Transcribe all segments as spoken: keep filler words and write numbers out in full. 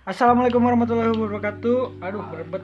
Assalamualaikum warahmatullahi wabarakatuh. Aduh, berebet.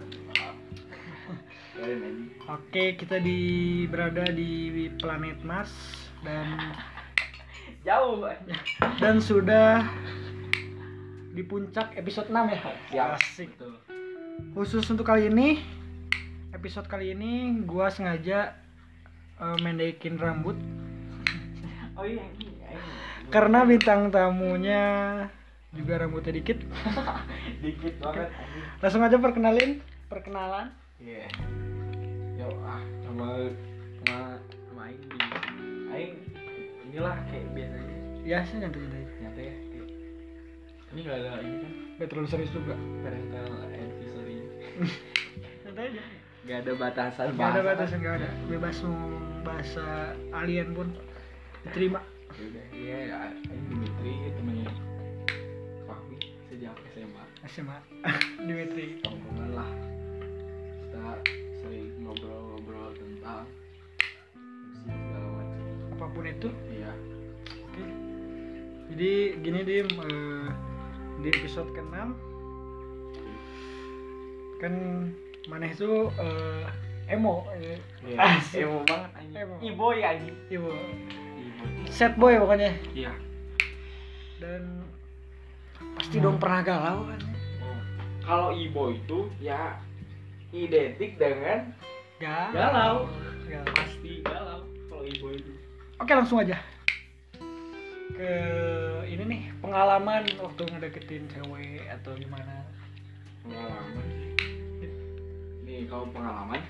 Oke, kita di berada di planet Mars dan jauh dan sudah di puncak episode enam ya. Ya, asik. betul. Khusus untuk kali ini, episode kali ini gua sengaja uh, mendekin rambut. Oh iya, ini, ini. Karena bintang tamunya juga rambutnya dikit. Dikit banget. Langsung aja perkenalin, perkenalan. Iya. Yeah. Yo ah, sama sama sama Aing di Aing inilah kayak biasanya. Ya, saya nyantai aja. Nyata ya. Kayak, ini enggak ada ini kan Gak terlalu serius juga. parental advisory. Santai aja. Gak ada batasan Gak bahasa. ada batasan, gak ada. Bebas mau ngomong bahasa alien pun diterima. Ya udah, iya ya. Aing Dimitri temennya Fahmi sejak S M A. S M A Dimitri. Tongkrongan lah. Kita sering ngobrol-ngobrol tentang musik segala macam. Apapun itu. Iya. Oke. Jadi gini Dim, eh, di episode keenam kan maneh itu eh, emo, eh, Iya. asik. Emo banget anjing. Emo. Iboy anjing. Ibu, Iboy. sad boy pokoknya. Iya. Dan pasti dong pernah galau kan? Oh. Kalau Iboy itu ya identik dengan Galau. galau. Galau. Pasti galau kalau Iboy itu. Oke, langsung aja ke ini nih, pengalaman waktu ngedeketin cewek atau gimana. Pengalaman. Nih kalau pengalaman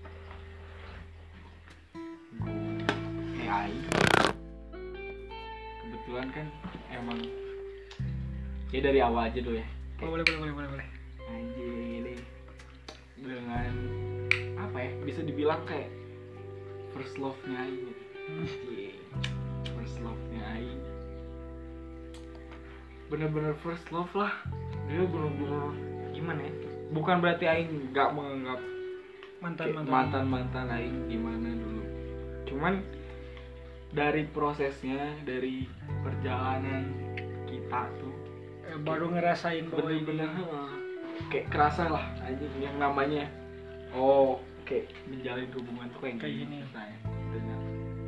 gue A I kebetulan kan emang ya dari awal aja dulu ya. Oh, boleh boleh boleh boleh boleh. Anjing ini dengan apa ya, bisa dibilang kayak first love-nya Aing gitu. Anjing, first love-nya Aing bener-bener first love lah. Dia bener-bener gimana ya, bukan berarti Aing gak menganggap Mantan mantan. mantan mantan Aing gimana dulu, cuman dari prosesnya, dari perjalanan kita tuh Eh, baru ngerasain bahwa ini- bener-bener heeh, kayak kerasa lah anjing yang namanya oh kayak menjalin hubungan tuh kayak, Kayak gini gini. rasanya dengan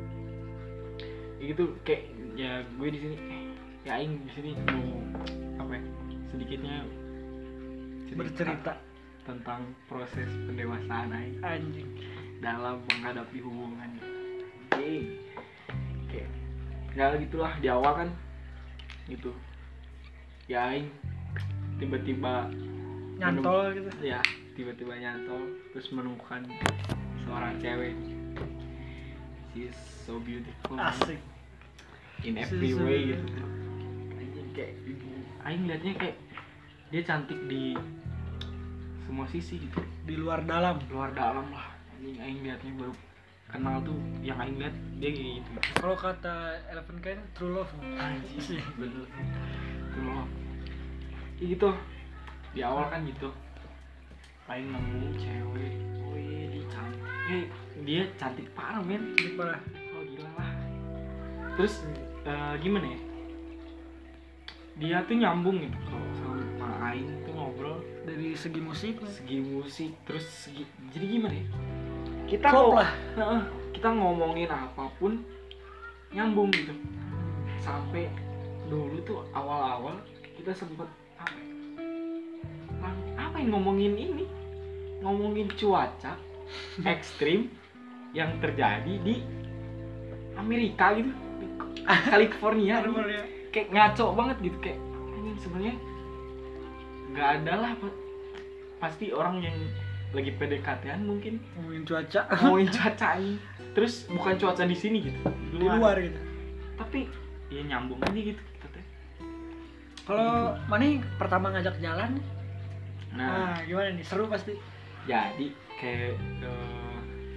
gitu. Kayak ya gue di sini eh, ya Aing di sini mau apa ya, sedikitnya cerita bercerita tentang proses pendewasaan Aing anjing. dalam menghadapi hubungan. Oke, kayak nggak gitulah di awal kan gitu ya, Aing tiba-tiba Nyantol menemu- gitu. ya tiba-tiba nyantol terus menemukan seorang cewek. She's so beautiful Asik. in She's every so way gitu. beautiful. Anjing, kayak Aing liatnya kayak dia cantik di semua sisi gitu, Di luar dalam. luar dalam lah. Anjing, Aing liatnya baru kenal tuh, yang Aing liat dia kayak gitu. Kalau kata Eleven kan true love. Anjing, bener tuh loh. Ya gitu di awal kan gitu, Aing nemu cewek, wih dia cantik, eh, dia cantik parah men, Cantik parah. oh gila lah. Terus eh, gimana ya, dia tuh nyambung gitu kalau sama Aing tuh ngobrol Dari segi musik segi musik, terus segi, jadi gimana ya, kita klop ngo- lah. Heeh, kita ngomongin apapun nyambung gitu. Sampai dulu tuh awal-awal kita sempet apa ya, Lang- apa yang ngomongin ini, ngomongin cuaca ekstrim yang terjadi di Amerika gitu, di California. Bener-bener ya. Kayak ngaco banget gitu, kayak ini sebenarnya nggak ada lah pa- pasti orang yang lagi P D K T-an mungkin Ngomongin cuaca ngomongin cuaca ini, terus bukan cuaca di sini gitu, di luar gitu. tapi ya nyambung aja gitu kita teh. Kalau Mani pertama ngajak jalan, Nah, nah gimana nih? Seru pasti. jadi kayak eh,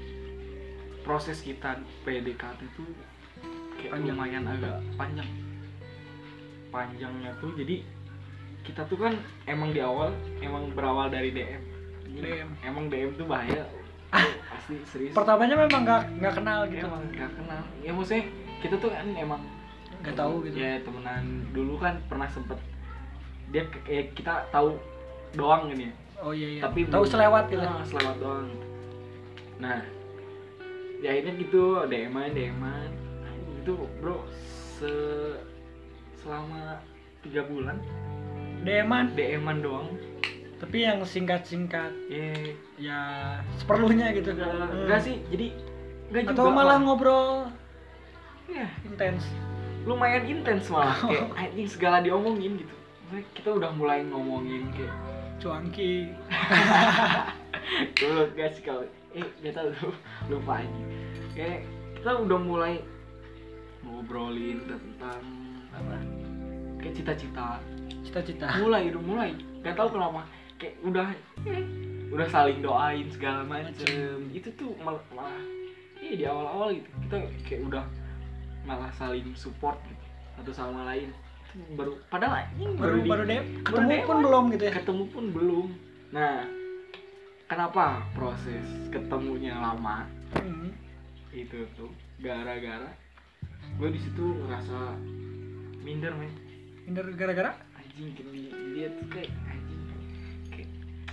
proses kita P D K T itu kayak Panjang. lumayan agak panjang. Panjangnya tuh jadi kita tuh kan emang di awal emang berawal dari D M. D M. Emang D M tuh bahaya. Pasti serius. Pertamanya memang nggak nggak kenal gitu. Emang gak kenal. Ya maksudnya kita tuh kan emang Nggak tahu gitu. Ya temenan dulu kan pernah sempet dia kayak kita tahu doang ini ya. Oh iya iya. Tapi tahu belum- selewat gitu. Nah, selewat doang. Nah, ya akhirnya gitu D M-an D M-an. Nah, itu bro se selama tiga bulan D M-an, D M-an doang. tapi yang singkat-singkat Eh, ya seperlunya gitu. enggak, Hmm. enggak sih. Jadi enggak juga. Atau malah Bang. ngobrol Iya, intens. lumayan intens malah kayak anjing segala diomongin gitu. Maksudnya kita udah mulai ngomongin kayak Cuanki. dulu guys kalau eh gak tau lu lupa aja kayak kita udah mulai ngobrolin tentang apa kayak cita-cita Cita-cita. mulai udah mulai gak tau kenapa kayak udah eh, udah saling doain segala macem itu tuh mal- malah iya di awal-awal gitu kita kayak udah malah saling support gitu satu sama lain itu baru padahal ini Baru di- baru deh baru ketemu D M-an. pun belum gitu ya. ketemu pun belum. Nah, kenapa proses ketemunya lama? Hmm. Itu tuh gara-gara gue di situ ngerasa minder men. Minder gara-gara Anjing dia, dia tuh kayak anjing kayak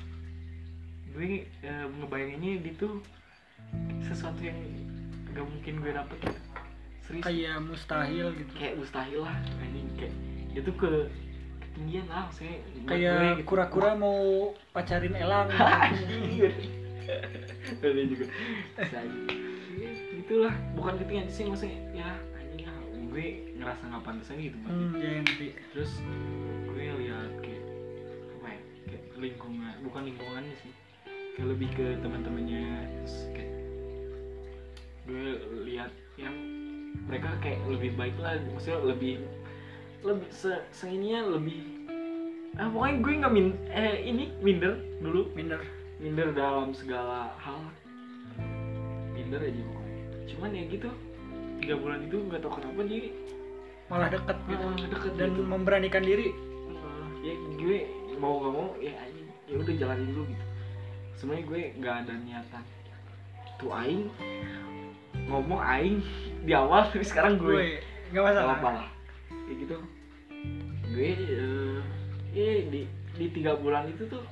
gue eh, ngebayanginnya dia tuh sesuatu yang gak mungkin gue dapet gitu. Serius kayak mustahil gitu. kayak mustahil lah anjing kayak dia tuh ke ketinggian lah maksudnya buat gue Kayak gitu. kura-kura mau pacarin elang. Anjir. Ada juga. Saya gitulah, bukan ketinggian sih maksudnya ya anjing ah, gue ngerasa nggak pantasan gitu Bang. Hmm, ya ngerti. Terus gue lihat kayak apa ya? Kayak lingkungan, bukan lingkungannya sih. Kayak lebih ke teman-temannya terus kayak gue lihat yang mereka kayak lebih baik lah, maksudnya lebih lebih se seininya lebih ah pokoknya gue nggak min eh ini minder dulu Minder. minder dalam segala hal minder aja pokoknya cuman ya gitu tiga bulan itu nggak tahu kenapa dia Malah deket gitu. ah, deket Dan gitu. memberanikan diri. Ah, ya gue mau nggak mau ya aja ya udah jalanin dulu gitu sebenarnya gue nggak ada niatan tuh aing ngomong aing di awal tapi sekarang gue Gue nggak masalah. apa lah kayak gitu gue eh eh, di di tiga bulan itu tuh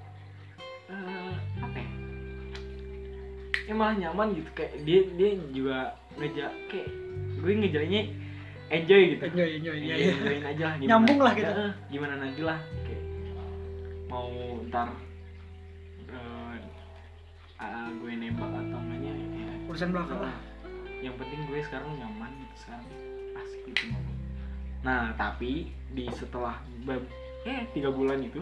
eh apa ya ya malah nyaman gitu kayak dia dia juga ngeja kayak gue ngejalannya enjoy gitu Enjoy, enjoy, iya, Enjoy- iya. enjoyin aja lah gimana- Nyambung lah gitu. Ya, eh, gimana nanti lah kayak mau ntar eh, ah, gue nembak atau enggaknya ya, Urusan belakang lah. yang penting gue sekarang nyaman gitu sekarang asik gitu ngomong. Nah tapi di setelah bab- eh tiga bulan itu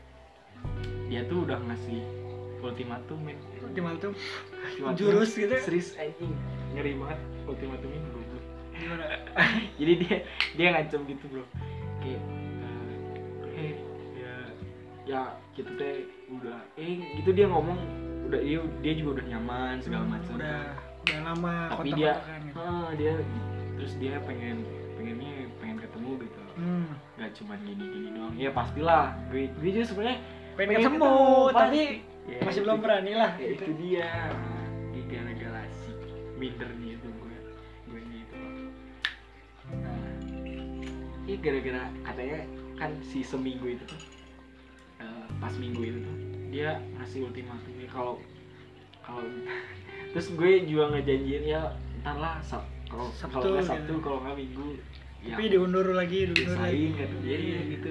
dia tuh udah ngasih ultimatum men Ultimatum. Ultimatum. Jurus gitu. Serius anjing ngeri banget ultimatumnya bro bro. Gimana? Jadi dia dia ngancam gitu bro kayak eh eh, ya ya gitu teh udah eh gitu dia ngomong udah dia dia juga udah nyaman segala Hmm, macam Udah udah lama tapi dia kontak-kontakan gitu. ah, dia terus dia pengen pengennya pengen ketemu gitu Hmm. nggak cuma gini gini doang ya pastilah gue gue juga sebenarnya Pengen pengen ketemu, ketemu, tapi Ya, masih itu- belum berani lah ya gitu. itu dia Ini gara-gara si mindernya itu gue gue gitu loh nah ini gara-gara katanya kan si seminggu itu tuh eh, pas minggu itu tuh dia ngasih ultimatumnya kalau kalau terus gue juga ngejanjiin ya ntar lah Sab- kalau Sabtu kalau nggak gitu. Sabtu kalau nggak Minggu ya Tapi diundur lagi, diundur lagi. disaing kata dia ya gitu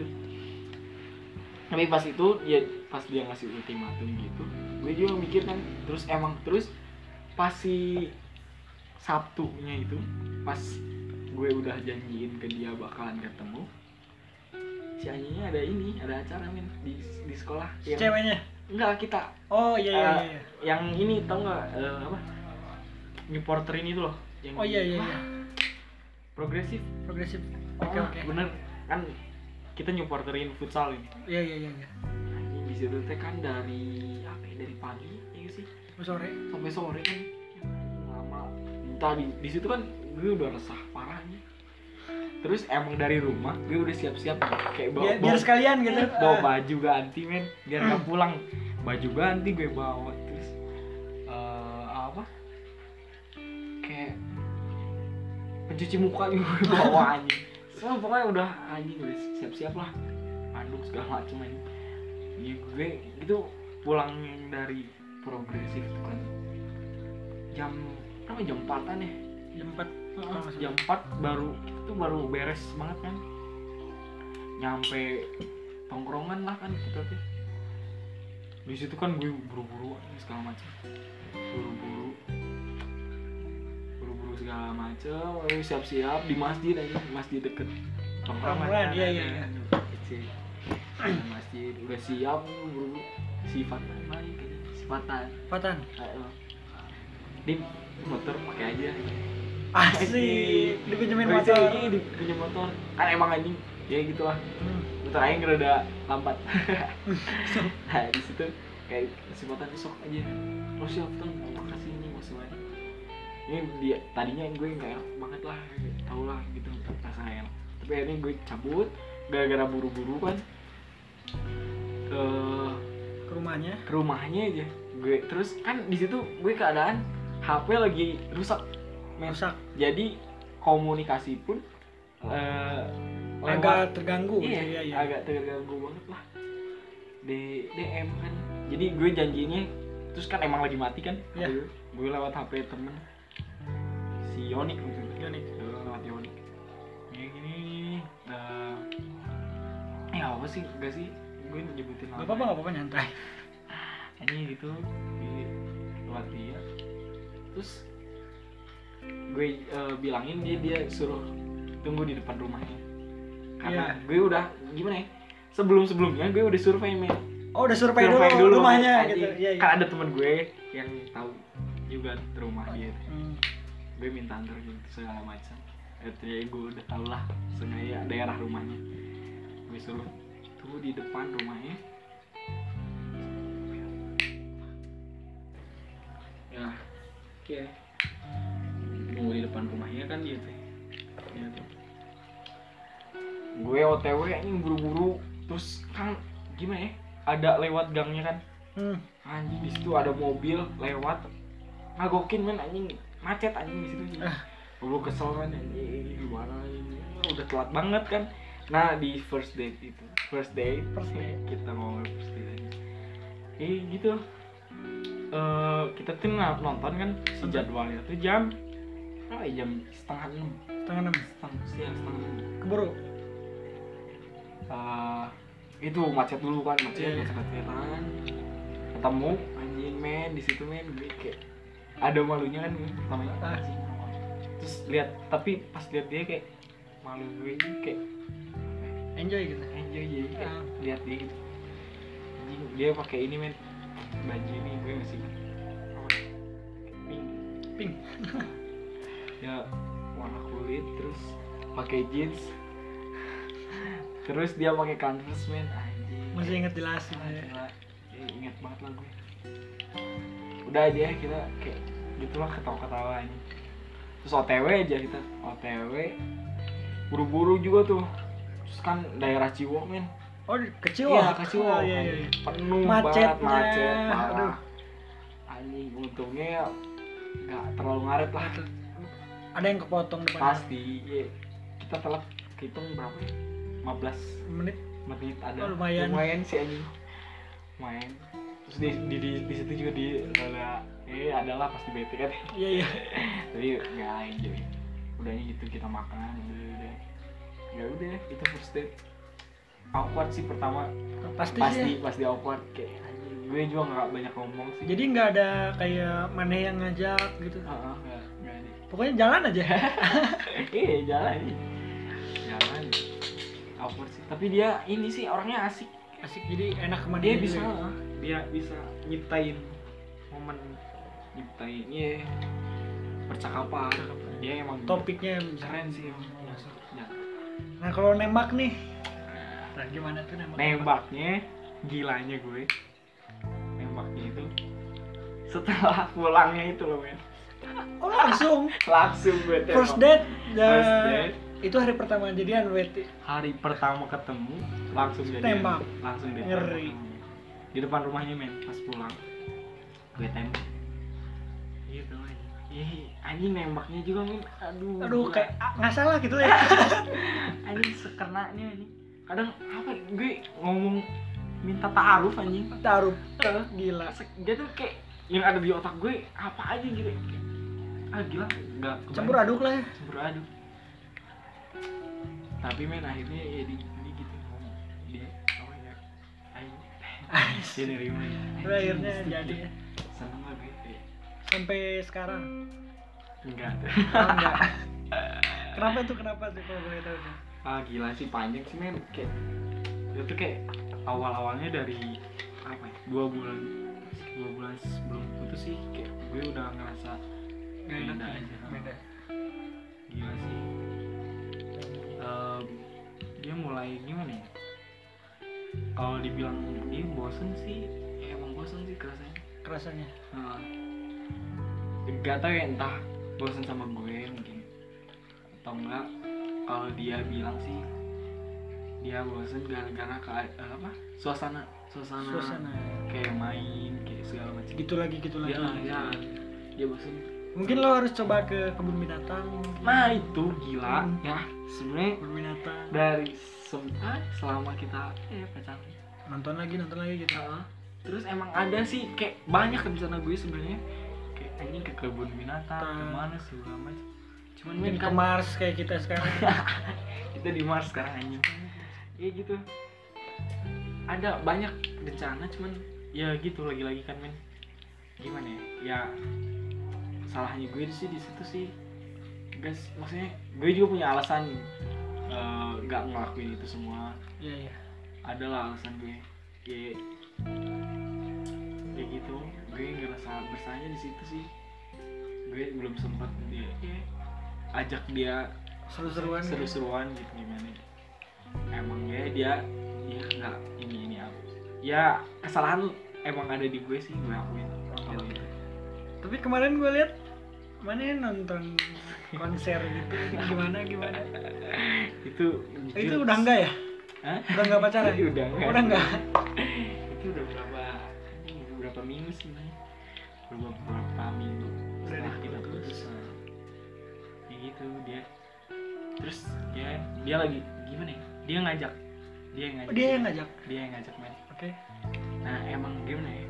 tapi pas itu ya pas dia ngasih ultimatum gitu gue juga mikir kan terus emang terus pas si Sabtunya itu pas gue udah janjiin ke dia bakalan ketemu si anjingnya ada ini ada acara men di di sekolah yang Ceweknya. enggak kita Oh iya iya eh, iya. yang ini tau nggak eh, apa New Porterin itu loh yang Oh iya iya wah, iya. progresif Progresif. Oke oh, oke. bener kan kita New Porterin futsal ini Iya iya iya iya. anjing di situ teh kan dari apa ya dari pagi ya sih Sore. sampai sore kan ya, anjing lama entah di di situ kan gue udah resah parah nih terus emang dari rumah gue udah siap-siap kayak bawa, Biar, biar sekalian gitu. bawa Ah. baju ganti men biar nggak pulang baju ganti gue bawa terus eh, apa kayak pencuci muka juga gue bawa anjing so pokoknya udah anjing udah siap-siap lah mandi duduk segala macem aja. Ya, gue itu pulang dari progresif kan jam apa jam empatan ya Jam empat. uh, jam empat baru itu baru beres banget kan, nyampe tongkrongan lah kan kita tuh di situ kan gue buru-buru segala macam, buru-buru buru-buru segala macam, siap-siap di masjid aja, masjid deket tongkrongan Tongkrongan, kan, iya, iya, iya. kecil masjid udah siap buru-buru sifatan main kayaknya sifatan Patan. ayo di motor pakai aja Asik. Dipinjemin Gue motor. iya dipinjam motor kan emang anjing ya gitulah, Hmm. motor aing rada lambat. Nah di situ kayak kesempatan besok aja oh siap tuh makasih nih mas Wan, ini dia tadinya gue nggak enak banget lah tau lah gitu rasanya, tapi akhirnya gue cabut gara-gara buru-buru kan ke Ke rumahnya. ke rumahnya aja gue, terus kan di situ gue keadaan H P lagi rusak men. Rusak. Jadi komunikasi pun uh, Agak terganggu. iya, iya, iya. agak terganggu banget lah di D M kan, jadi gue janjinya terus kan emang lagi mati kan, Iya. gue, gue lewat H P temen si Yonik gitu, Yonik. gue lewat Yonik gini gini uh, ya apa sih gak sih gue nyebutin Gak apa-apa, gak apa-apa, nyantai. ini gitu di lewat dia terus gue uh, bilangin dia dia suruh tunggu di depan rumahnya karena Iya. gue udah gimana ya sebelum sebelumnya gue udah survei men, Oh, udah survei dulu, survei dulu rumahnya anjing. gitu. Iya, iya. Kan ada temen gue yang tahu juga rumah dia, Hmm. gue minta antar gitu segala macam, ya gue udah tau lah sengaja daerah rumahnya, gue suruh tunggu di depan rumahnya. Ya oke okay. Nunggu di depan rumahnya kan dia tuh ya, tuh. Gue O T W anjing buru-buru terus kan gimana ya ada lewat gangnya kan, Hmm. anjing di situ ada mobil lewat ngagokin men anjing, macet anjing di situ. Ah. Gue kesel kan anjing gimana ini udah telat banget kan. Nah di first date itu first date, First date. kita mau first date aja. Eh gitu uh, kita tuh nonton kan si jadwalnya tuh jam apa ya, jam setengah enam Setengah enam. setengah siang setengah enam. Keburu. Uh, itu macet dulu kan, macet Iya, iya. macet-macetan ketemu anjing men di situ men, gue kayak ada malunya kan gue pertamanya Ah. anjing. Terus lihat tapi pas lihat dia kayak malu gue kayak Enjoy gitu. enjoy aja kayak Ah. lihat dia gitu anjing dia pakai ini men baju ini gue masih apa ya? Pink Pink. ya warna kulit terus pakai jeans terus dia pakai Converse men anjing Masih inget jelasin ah, ya. gila. Ya, inget banget lah gue udah aja kita kayak gitulah ketawa-ketawa ini terus O T W aja kita O T W buru-buru juga tuh terus kan daerah Ciwok men. Oh, kecil Iya, ah. kecil. Oh, iya, iya. Penuh Macetnya. banget, macet parah. Aduh. Anjing untungnya ya nggak terlalu ngaret lah. Ada yang kepotong depan. Pasti ya, kita telat hitung berapa ya? lima belas Menit. menit ada. Oh, lumayan. Lumayan sih anjing. Lumayan. Terus di di di, di situ juga di ada eh adalah pasti bete kan. Iya, iya. Tapi nggak enjoy. Udahnya gitu kita makan udah udah. Ya udah itu first date. Awkward sih pertama. Pasti, Pasti sih. pasti awkward kayak anjing. Gue juga nggak banyak ngomong sih. Jadi nggak ada kayak mana yang ngajak gitu. Heeh, nggak nggak ada. Pokoknya jalan aja. Iya jalan nih. Jalan. Awkward sih. Tapi dia ini sih orangnya asik. Asik, jadi enak sama Dia dia bisa juga. dia bisa nyiptain momen, nyiptain ya percakapan. Dia emang Topiknya keren sih emang. Ya. Nah, kalau nembak nih. Nah, gimana tuh nembak? Nembaknya gilanya gue. Nembaknya itu setelah pulangnya itu loh men. Oh, langsung. Langsung gue tembak. First date. ya, First date. Itu hari pertama jadian berarti. Hari pertama ketemu langsung jadi Tembak. langsung dia Ngeri. tembak. Di depan rumahnya men pas pulang gue tembak gitu aja. Ih, anjing nembaknya juga men, aduh Aduh, gila. kayak ah, nggak salah gitu ya. anjing sekenanya anjing kadang apa gue ngomong minta ta'aruf anjing. Taruh Eh, gila. dia tuh kayak yang ada di otak gue apa aja gitu. Ah gila, enggak Campur aduk lah ya. campur aduk. Tapi men akhirnya ya di, di gitu ngomong dia apa ya, ayo dia nerima ya. Udah, akhirnya jadi ya. Seneng lah gue kayak Sampai sekarang. enggak tuh. Oh, enggak. Kenapa tuh kenapa tuh kalau boleh tahu tuh? Ah gila sih panjang sih men, kayak itu tuh kayak awal-awalnya dari apa ya, dua bulan dua bulan sebelum putus sih kayak gue udah ngerasa Gak enak beda ya, aja. beda. Gila sih. Em, dia mulai gimana ya, kalau dibilang dia bosen sih ya emang bosen sih kerasanya. Kerasanya. Nah, gak tau ya entah bosen sama gue mungkin atau enggak, kalau dia bilang sih dia bosen gara-gara ke eh, apa suasana suasana, Suasana. kayak main kayak segala macam Gitu lagi gitu lagi. ya, ya dia bosen. Mungkin lo harus coba ke kebun binatang. mungkin. Nah itu gila Hmm. ya sebenarnya Kebun binatang. dari sem- ah, selama kita eh pacaran. Nonton lagi nonton lagi gitu. Heeh. Terus emang ada sih kayak banyak rencana gue sebenarnya kayak anjing ke kebun binatang Ta- kemana segala macam. Cuman Mungkin men ke kan Mars kayak kita sekarang. kita di Mars sekarang anjing. Ya gitu. Ada banyak rencana cuman ya gitu lagi-lagi kan men. Gimana ya? Ya salahnya gue sih di situ sih. Guys, maksudnya gue juga punya alasan eh, nggak ngelakuin itu semua. Iya iya. Ada lah alasan gue. Ya, kayak gitu. Gue ngerasa bersalahnya di situ sih. Gue belum sempat dia ya, ajak dia Seru-seruan. ya. seru-seruan gitu gimana. Emang ya dia dia nggak ini ini aku. Ya kesalahan emang ada di gue sih, gue akuin. Kalau gitu. Tapi kemarin gue lihat mana nonton konser gitu. Gimana gimana? Itu Itu udah enggak ya? Hah? Udah enggak pacaran? Udah enggak. Udah enggak. Itu udah berapa ini udah berapa minggu sih nih? Udah berapa minggu Udah setelah kita diputus. putus. Nah, kayak gitu dia. Terus dia dia lagi gimana ya? Dia ngajak. Dia yang ngajak. Oh, dia yang ngajak. Dia yang ngajak main. Oke. Nah, emang gimana ya?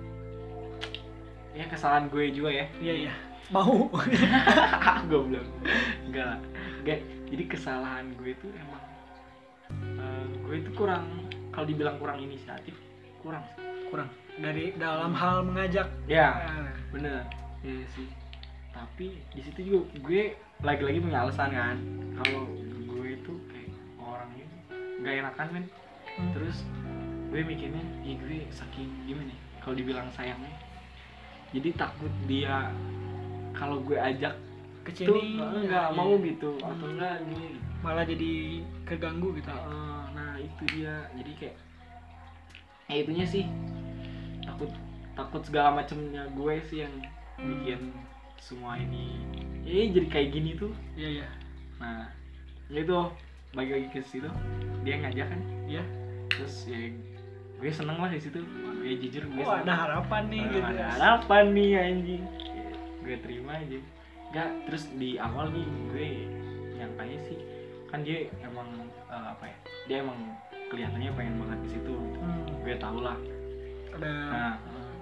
Ya kesalahan gue juga ya. Iya iya. Mau. Goblok. Enggak lah. Enggak. Jadi kesalahan gue itu emang eh, gue itu kurang, kalau dibilang kurang inisiatif, kurang sih. Kurang dari dalam hal mengajak. Ya, Nah, bener. Iya sih. Tapi di situ juga gue lagi-lagi punya alasan kan. Kalau gue itu kayak orangnya nggak enakan men. Hmm. Terus gue mikirnya, ya gue saking gimana ya? Kalau dibilang sayangnya, jadi takut dia kalau gue ajak ke tuh sini nggak iya. mau gitu Hmm. atau enggak gini. Malah jadi keganggu gitu. Heeh, nah itu dia. Jadi kayak ya itunya sih takut takut segala macamnya gue sih yang bikin semua ini ya jadi kayak gini tuh. Iya iya. Nah itu balik lagi ke situ dia ngajak kan, Iya. terus ya gue seneng lah di situ. Ya jujur gue Oh, seneng. ada harapan nih Oh, gitu. ada harapan nih anjing. Ya, gue terima aja. Enggak, terus di awal nih gue nyangkanya sih kan dia emang eh, apa ya? Dia emang kelihatannya pengen banget di situ. Hmm. Gue tau lah. Ada Nah,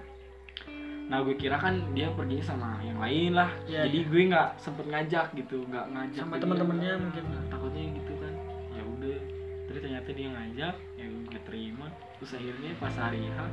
nah gue kira kan dia perginya sama yang lain lah. Iya, Jadi iya. gue nggak sempet ngajak gitu, nggak ngajak Sama ke teman-temannya dia. mungkin. Nah, takutnya gitu kan. Ya udah. Terus ternyata dia ngajak, ya gue terima. Terus akhirnya pas hari H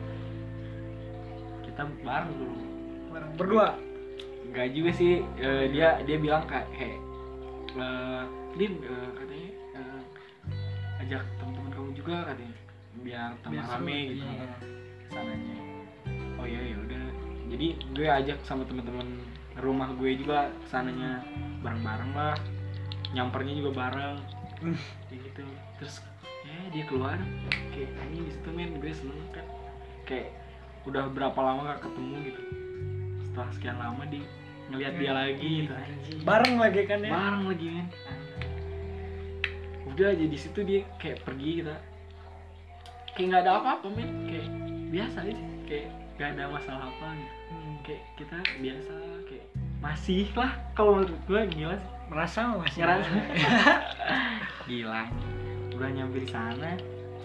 kita bareng dulu. bareng berdua. Enggak juga sih, eh, dia dia bilang kayak hey, eh, Din eh, katanya eh, ajak teman-teman kamu juga katanya biar tambah Biar seru, rame gitu iya. sananya. Oh iya ya udah. Jadi gue ajak sama teman-teman rumah gue juga sananya bareng-bareng lah. Nyampernya juga bareng. Hmm. Kayak gitu. Terus ya dia keluar kayak ini di situ men gue seneng kan. Kayak udah berapa lama gak ketemu gitu. Setelah sekian lama di ngelihat dia lagi gitu anjing. Bareng lagi kan ya. Bareng lagi men. Udah aja di situ dia kayak pergi kita. Kayak nggak ada apa-apa men, kayak biasa aja, kayak nggak ada masalah apa gitu. Hmm. Kayak kita biasa, kayak masih lah kalau menurut gue gila sih. Merasa masih Ngerasa. Gila. Udah nyampe di sana,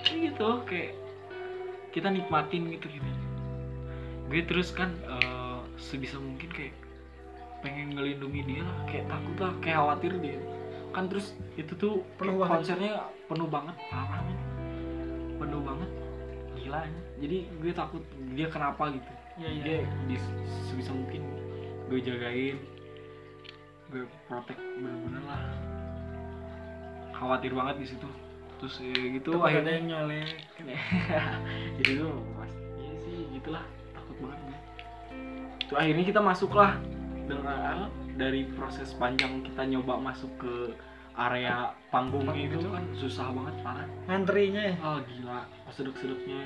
kayak gitu, kayak kita nikmatin gitu gitu. Gue terus kan eh, sebisa mungkin kayak pengen ngelindungi dia lah, kayak takut lah, kayak khawatir dia kan. Terus itu tuh Penuh kayak banget. konsernya penuh banget, parah men, penuh banget, gila ya. Jadi gue takut dia kenapa gitu. Iya, iya. Dia di, sebisa mungkin gue jagain, gue protek bener-bener lah, khawatir banget di situ. Terus ya gitu Takut ada akhirnya yang nyolek. jadi tuh mas, iya sih gitulah, takut banget gue. Tuh akhirnya kita masuk lah dengan dari proses panjang kita nyoba masuk ke area panggungnya itu kan susah banget, parah. Ngantrinya ya. Oh gila, seduk-seduknya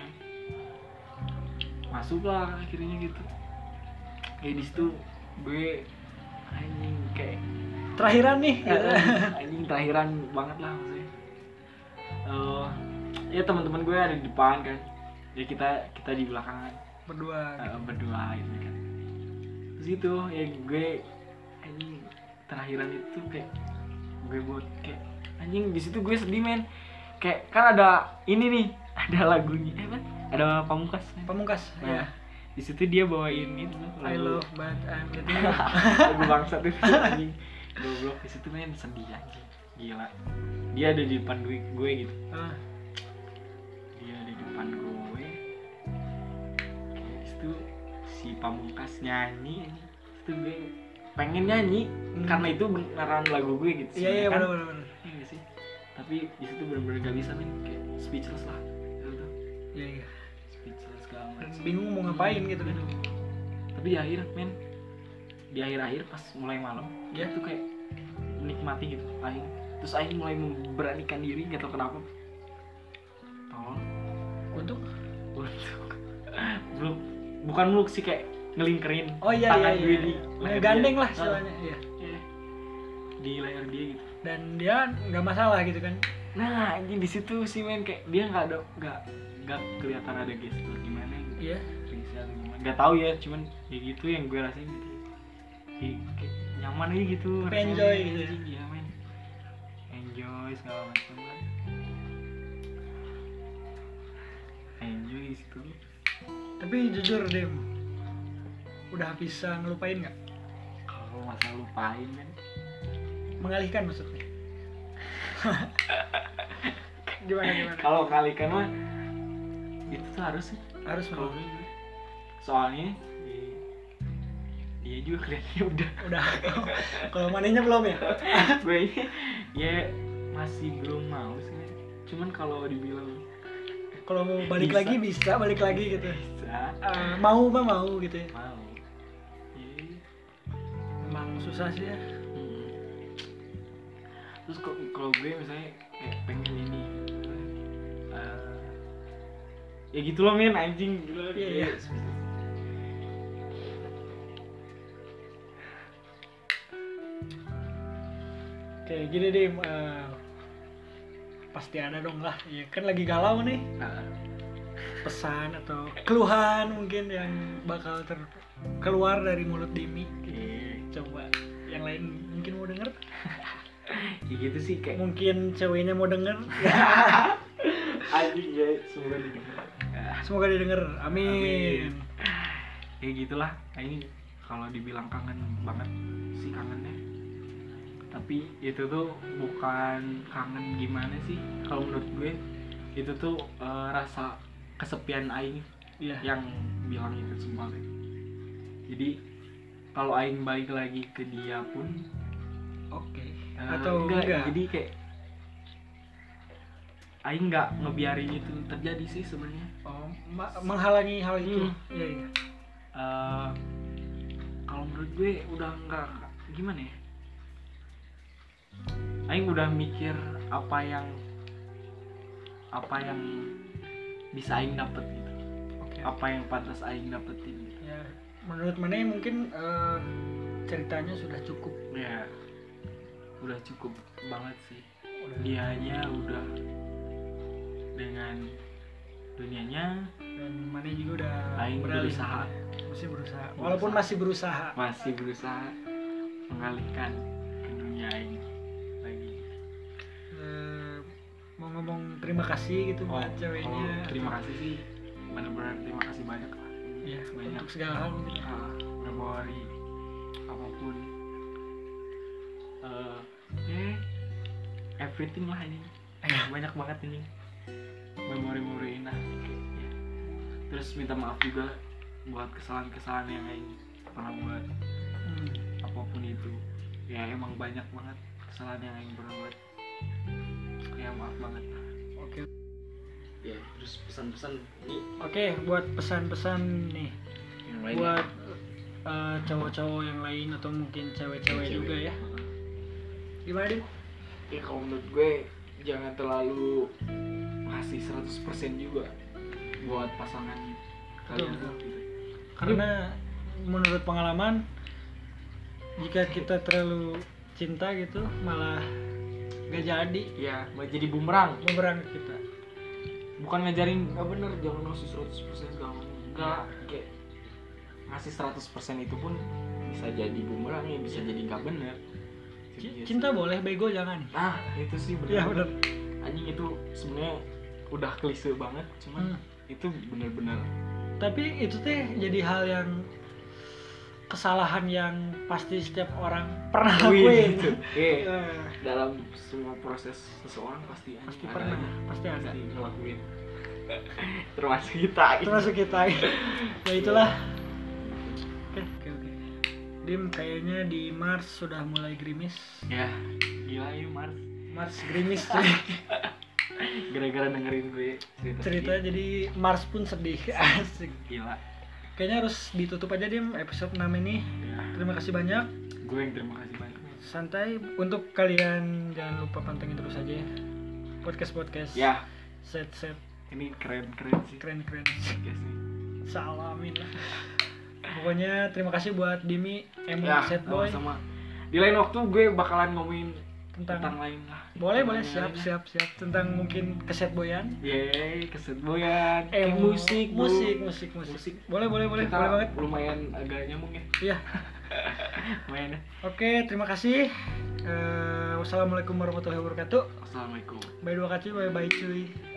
masuk lah akhirnya gitu. Kayak di situ gue anjing kayak Terakhiran nih. Gitu. anjing terakhiran banget lah maksudnya. Uh, ya teman-teman gue ada di depan kan, ya kita kita di belakangan Berdua. uh, berdua gitu kan. Terus itu ya gue anjing terakhiran itu kayak gue buat kayak anjing di situ gue sedih men, kayak kan ada ini nih, ada lagunya eh apa ada Pamungkas men. Pamungkas. Nah, Ya. di situ dia bawain itu I lagu love but I'm getting lagu bangsat itu anjing goblok. Di situ men sedih anjing, gila. Dia ada di depan gue, gue gitu. ah, Dia ada di depan gue. Kayak itu si Pamungkas nyanyi, itu gue pengen nyanyi Hmm. karena itu beneran lagu gue gitu. Iya iya kan? benar benar. Iya nggak sih? Tapi di situ bener-bener gak bisa men, kayak speechless lah. Gitu. Iya iya. Speechless segala Dan macam. bingung mau ngapain gitu kan. Tapi di akhir men, di akhir-akhir pas mulai malam, Ya. dia tuh kayak menikmati gitu Aing. Terus Aing mulai memberanikan diri, gak tau kenapa. Tolong Untuk untuk belum, bukan meluk sih, kayak ngelingkerin oh iya tangan iya gue iya. di leher Gandeng dia. lah istilahnya. Iya. Iya. Di leher dia gitu. Dan dia nggak masalah gitu kan. Nah anjing di situ sih men, kayak dia nggak ada nggak nggak kelihatan ada gestur gimana gitu. Iya. Risih atau gimana, nggak tahu ya, cuman ya gitu yang gue rasain gitu. Kayak, kayak nyaman aja gitu. Tapi rasanya. enjoy gitu ya. Iya men, enjoy segala macam kan. Enjoy di situ. Tapi jujur Dem, udah bisa ngelupain nggak? Kalau masa lupain kan, Mengalihkan maksudnya. Gimana gimana? kalau kalikan mah itu tuh harus sih. Harus Kalau mau. gue, soalnya di- dia juga kelihatannya udah Udah. Kalau manehnya belum ya? gue ini ya masih belum mau sih men. Cuman kalau dibilang Kalau mau balik Bisa. lagi bisa balik lagi gitu. bisa, Eh, mau mah mau gitu ya. mau. Iya. Emang susah sih ya. Hmm. Terus kok kalau gue misalnya kayak pengen ini eh, ya gitu loh men, anjing gila. Iya, iya. Kayak gini deh, eh, pasti ada dong lah. Ya kan lagi galau nih. Ah, Pesan atau keluhan mungkin yang bakal ter keluar dari mulut Dimi. oke. Coba yang lain mungkin mau denger. Ya gitu sih kayak Mungkin ceweknya mau denger. anjing ya, semoga didengar. Ah, Semoga didengar. Amin. Amin. Ya gitulah. Nah, ini kalau dibilang kangen banget sih kangennya. Tapi itu tuh bukan kangen gimana sih, kalau menurut gue itu tuh eh, rasa kesepian Aing Iya. yang bilang itu semua kan. Jadi kalau Aing balik lagi ke dia pun Oke. eh, Atau enggak, enggak? jadi kayak Aing nggak ngebiarin itu terjadi sih sebenarnya. Oh, ma- menghalangi hal itu. Hmm. Iya, iya. Eh, kalau menurut gue udah nggak gimana ya, Aing udah mikir apa yang apa yang bisa Aing dapet gitu, Oke. apa yang pantas Aing dapetin gitu. Ya, menurut mana mungkin eh, ceritanya sudah cukup. Ya udah cukup banget sih, Udah. dianya udah dengan dunianya, Dan mana juga udah Aing beralih. berusaha. Masih berusaha. Walaupun masih berusaha. masih berusaha mengalihkan ke dunia Aing lagi. Eh, mau ngomong ngomong terima kasih gitu Oh, buat ceweknya. oh, terima kasih sih, benar-benar terima kasih banyak lah. Iya, Banyak. untuk segala hal gitu. Ah, memori apapun, eh ya everything lah ini. Banyak banget ini memori-memori indah. Ya. Terus minta maaf juga buat kesalahan-kesalahan yang lain pernah buat, Hmm. apapun itu. Ya emang banyak banget kesalahan yang lain pernah buat. Ya maaf banget. Oke. Ya terus pesan-pesan ini Oke, buat pesan-pesan nih yang lain. buat eh, cowok-cowok yang lain atau mungkin cewek-cewek juga ya. Gimana, Dim? Ya kalau menurut gue jangan terlalu kasih seratus persen juga buat pasangan kalian Betul, tuh, gitu. Karena menurut pengalaman jika kita terlalu cinta gitu malah gak jadi Ya mau jadi bumerang, bumerang ke kita. bukan ngajarin nggak bener jangan ngasih seratus persen jangan enggak, kayak ngasih seratus persen itu pun bisa jadi bumerang ya, bisa jadi nggak bener. C- Gitu cinta sih. boleh, bego jangan. Nah itu sih bener. Ya benar. Anjing itu sebenarnya udah klise banget, cuman Hmm. itu bener-bener Tapi itu teh jadi hal yang kesalahan yang pasti setiap orang pernah Wih, lakuin. gitu. Iya. Eh, Dalam semua proses seseorang pasti anjing pasti ada pernah, aja. pasti ada. Pasti ngelakuin. Termasuk kita. Termasuk kita. Ya itulah. Oke, oke, oke. Dim, kayaknya di Mars sudah mulai gerimis. Ya, gila ya Mars. Mars gerimis cuy. Gara-gara dengerin gue cerita. Cerita jadi Mars pun sedih. Asik. Gila. Kayaknya harus ditutup aja Dim episode enam ini. Ya, Terima kasih banyak. gue yang terima kasih banyak. Santai. Untuk kalian jangan lupa pantengin terus aja ya podcast-podcast. Ya, Set-set ini keren-keren sih. keren-keren. Podcast nih. Salamin lah. Pokoknya terima kasih buat Dimi, Emo, Ya, Set Boy sama. Di lain waktu gue bakalan ngomongin tentang, tentang lain lah. boleh Tentang boleh yang siap lainnya. siap siap tentang mungkin keset boyan. Yeay, keset boyan. Eh, Kayak musik, bro. musik, musik, musik, Musik. Boleh, boleh, boleh, Kita boleh banget. lumayan agak nyambung ya. Iya. Lumayan ya. Oke, terima kasih. Eh, wassalamualaikum warahmatullahi wabarakatuh. Assalamualaikum. Bye dua kali, bye bye cuy.